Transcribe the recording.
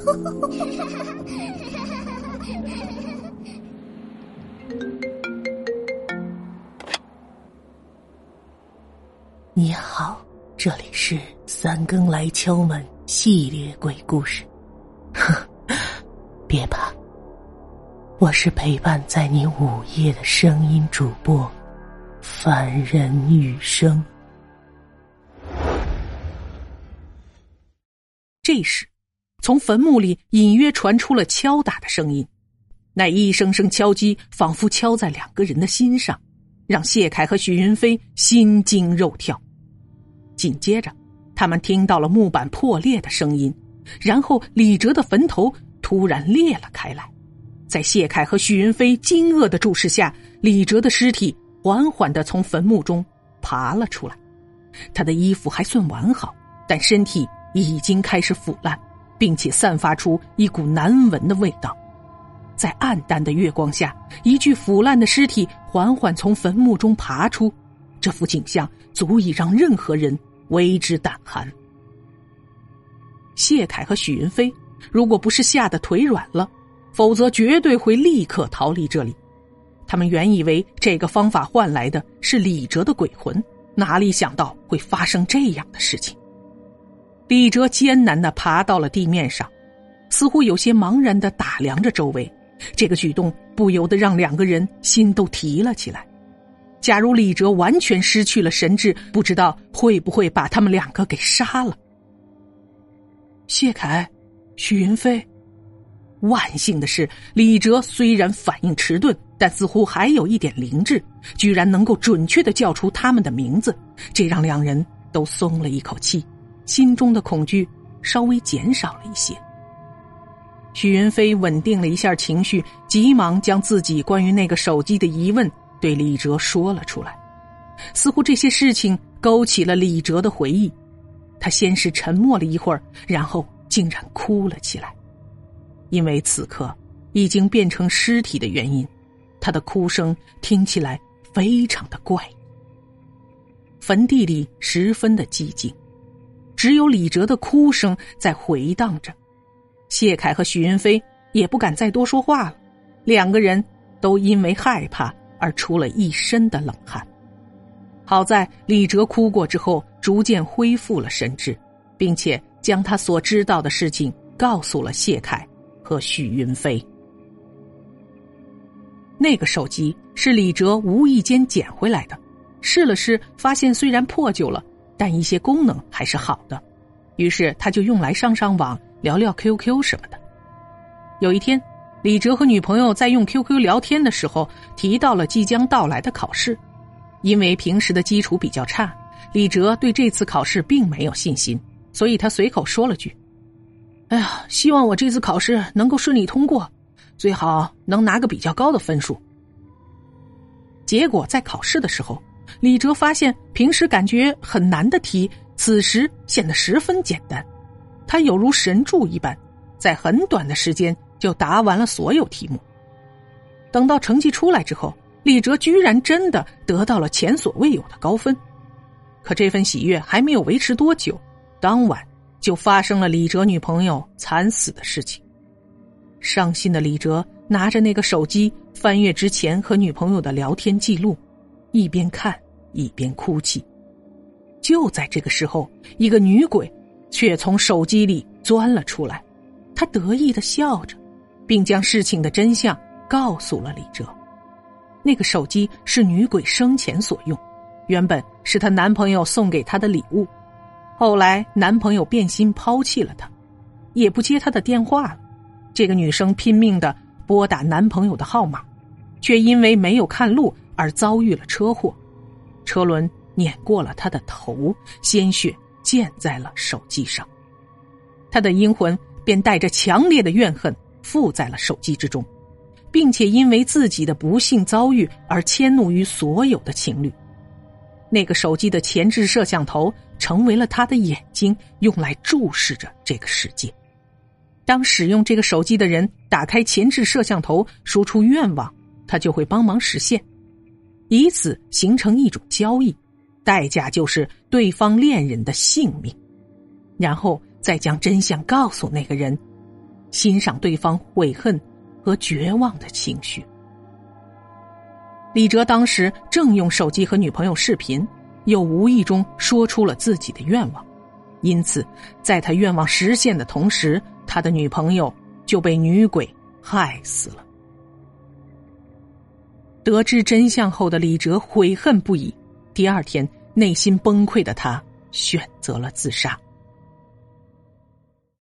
你好，这里是三更来敲门系列鬼故事。别怕，我是陪伴在你午夜的声音主播凡人雨生。 这时，从坟墓里隐约传出了敲打的声音，那一声声敲击仿佛敲在两个人的心上，让谢凯和许云飞心惊肉跳。紧接着，他们听到了木板破裂的声音，然后李哲的坟头突然裂了开来。在谢凯和许云飞惊愕的注视下，李哲的尸体缓缓地从坟墓中爬了出来。他的衣服还算完好，但身体已经开始腐烂，并且散发出一股难闻的味道。在暗淡的月光下，一具腐烂的尸体缓缓从坟墓中爬出，这幅景象足以让任何人为之胆寒。谢凯和许云飞如果不是吓得腿软了，否则绝对会立刻逃离这里。他们原以为这个方法换来的是李哲的鬼魂，哪里想到会发生这样的事情。李哲艰难地爬到了地面上，似乎有些茫然地打量着周围，这个举动不由得让两个人心都提了起来。假如李哲完全失去了神智，不知道会不会把他们两个给杀了。谢凯，许云飞。万幸的是，李哲虽然反应迟钝，但似乎还有一点灵智，居然能够准确地叫出他们的名字，这让两人都松了一口气，心中的恐惧稍微减少了一些。许云飞稳定了一下情绪，急忙将自己关于那个手机的疑问对李哲说了出来。似乎这些事情勾起了李哲的回忆，他先是沉默了一会儿，然后竟然哭了起来。因为此刻已经变成尸体的原因，他的哭声听起来非常的怪异。坟地里十分的寂静，只有李哲的哭声在回荡着。谢凯和许云飞也不敢再多说话了，两个人都因为害怕而出了一身的冷汗。好在李哲哭过之后逐渐恢复了神智，并且将他所知道的事情告诉了谢凯和许云飞。那个手机是李哲无意间捡回来的，试了试，发现虽然破旧了，但一些功能还是好的，于是他就用来上网，聊聊 QQ 什么的。有一天，李哲和女朋友在用 QQ 聊天的时候提到了即将到来的考试。因为平时的基础比较差，李哲对这次考试并没有信心，所以他随口说了句：哎呀，希望我这次考试能够顺利通过，最好能拿个比较高的分数。结果在考试的时候，李哲发现平时感觉很难的题，此时显得十分简单。他有如神助一般，在很短的时间就答完了所有题目。等到成绩出来之后，李哲居然真的得到了前所未有的高分。可这份喜悦还没有维持多久，当晚就发生了李哲女朋友惨死的事情。伤心的李哲拿着那个手机翻阅之前和女朋友的聊天记录，一边看一边哭泣。就在这个时候，一个女鬼却从手机里钻了出来，她得意地笑着，并将事情的真相告诉了李哲。那个手机是女鬼生前所用，原本是她男朋友送给她的礼物，后来男朋友变心抛弃了她，也不接她的电话了。这个女生拼命地拨打男朋友的号码，却因为没有看路而遭遇了车祸，车轮碾过了她的头，鲜血溅在了手机上。她的阴魂便带着强烈的怨恨附在了手机之中，并且因为自己的不幸遭遇而迁怒于所有的情侣。那个手机的前置摄像头成为了他的眼睛，用来注视着这个世界。当使用这个手机的人打开前置摄像头输出愿望，他就会帮忙实现，以此形成一种交易，代价就是对方恋人的性命，然后再将真相告诉那个人， 欣赏对方悔恨和绝望的情绪。李哲当时正用手机和女朋友视频，又无意中说出了自己的愿望，因此在他愿望实现的同时，他的女朋友就被女鬼害死了。得知真相后的李哲悔恨不已，第二天内心崩溃的他选择了自杀。